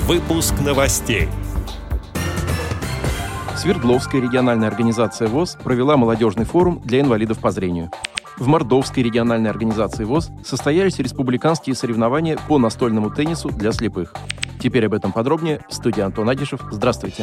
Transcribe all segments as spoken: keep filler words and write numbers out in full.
Выпуск новостей. Свердловская региональная организация ВОС провела молодежный форум для инвалидов по зрению. В Мордовской региональной организации ВОС состоялись республиканские соревнования по настольному теннису для слепых. Теперь об этом подробнее. В студии Антон Агишев. Здравствуйте.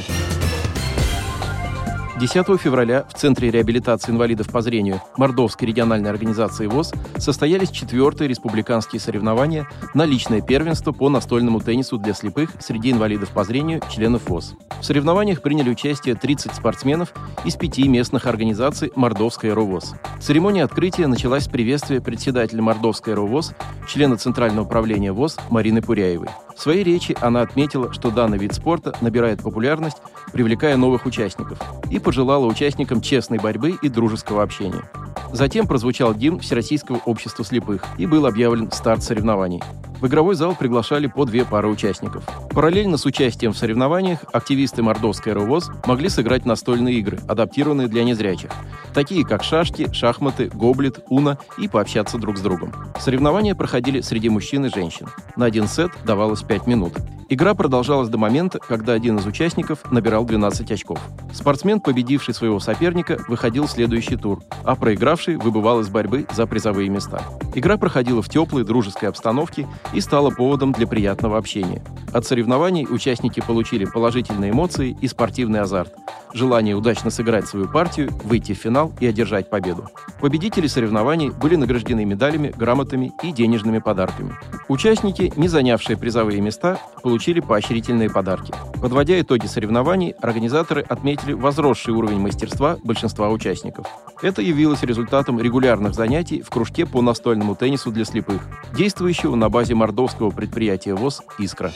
десятого февраля в Центре реабилитации инвалидов по зрению Мордовской региональной организации ВОС состоялись четвертые республиканские соревнования на личное первенство по настольному теннису для слепых среди инвалидов по зрению, членов ВОС. В соревнованиях приняли участие тридцать спортсменов из пяти местных организаций Мордовской РОВОС. Церемония открытия началась с приветствия председателя Мордовской РОВОС, члена Центрального управления ВОС Марины Пуряевой. В своей речи она отметила, что данный вид спорта набирает популярность, привлекая новых участников, и пожелала участникам честной борьбы и дружеского общения. Затем прозвучал гимн Всероссийского общества слепых и был объявлен старт соревнований. В игровой зал приглашали по две пары участников. Параллельно с участием в соревнованиях активисты Мордовской РОВОС могли сыграть настольные игры, адаптированные для незрячих, такие как шашки, шахматы, гоблет, уно, и пообщаться друг с другом. Соревнования проходили среди мужчин и женщин. На один сет давалось пять минут. Игра продолжалась до момента, когда один из участников набирал двенадцать очков. Спортсмен, победивший своего соперника, выходил в следующий тур, а проигравший выбывал из борьбы за призовые места. Игра проходила в теплой, дружеской обстановке и стала поводом для приятного общения. От соревнований участники получили положительные эмоции и спортивный азарт, желание удачно сыграть свою партию, выйти в финал и одержать победу. Победители соревнований были награждены медалями, грамотами и денежными подарками. Участники, не занявшие призовые места, получили поощрительные подарки. Подводя итоги соревнований, организаторы отметили возросший уровень мастерства большинства участников. Это явилось результатом регулярных занятий в кружке по настольному теннису для слепых, действующего на базе мордовского предприятия ВОС «Искра».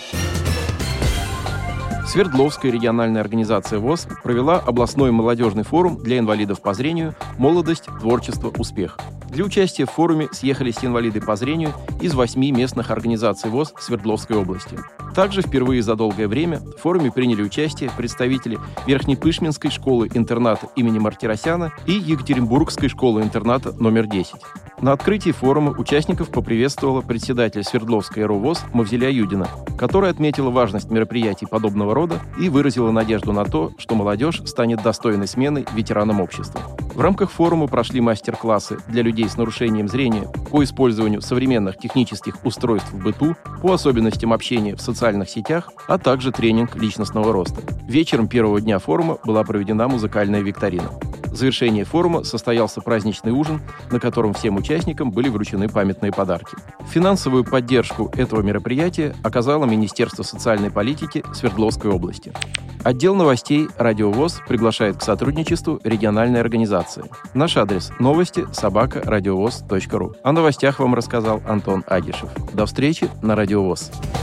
Свердловская региональная организация ВОС провела областной молодежный форум для инвалидов по зрению «Молодость, творчество, успех». Для участия в форуме съехались инвалиды по зрению из восьми местных организаций ВОС Свердловской области. Также впервые за долгое время в форуме приняли участие представители Верхнепышминской школы-интерната имени Мартиросяна и Екатеринбургской школы-интерната номер десять. На открытии форума участников поприветствовала председатель Свердловской РОВОС Мавзеля Юдина, которая отметила важность мероприятий подобного рода и выразила надежду на то, что молодежь станет достойной сменой ветеранам общества. В рамках форума прошли мастер-классы для людей с нарушением зрения по использованию современных технических устройств в быту, по особенностям общения в социальных сетях, а также тренинг личностного роста. Вечером первого дня форума была проведена музыкальная викторина. В завершении форума состоялся праздничный ужин, на котором всем участникам были вручены памятные подарки. Финансовую поддержку этого мероприятия оказало Министерство социальной политики Свердловской области. Отдел новостей «Радио ВОС» приглашает к сотрудничеству региональной организации. Наш адрес – новости собака радиовоз точка ру. О новостях вам рассказал Антон Агишев. До встречи на Радио ВОС.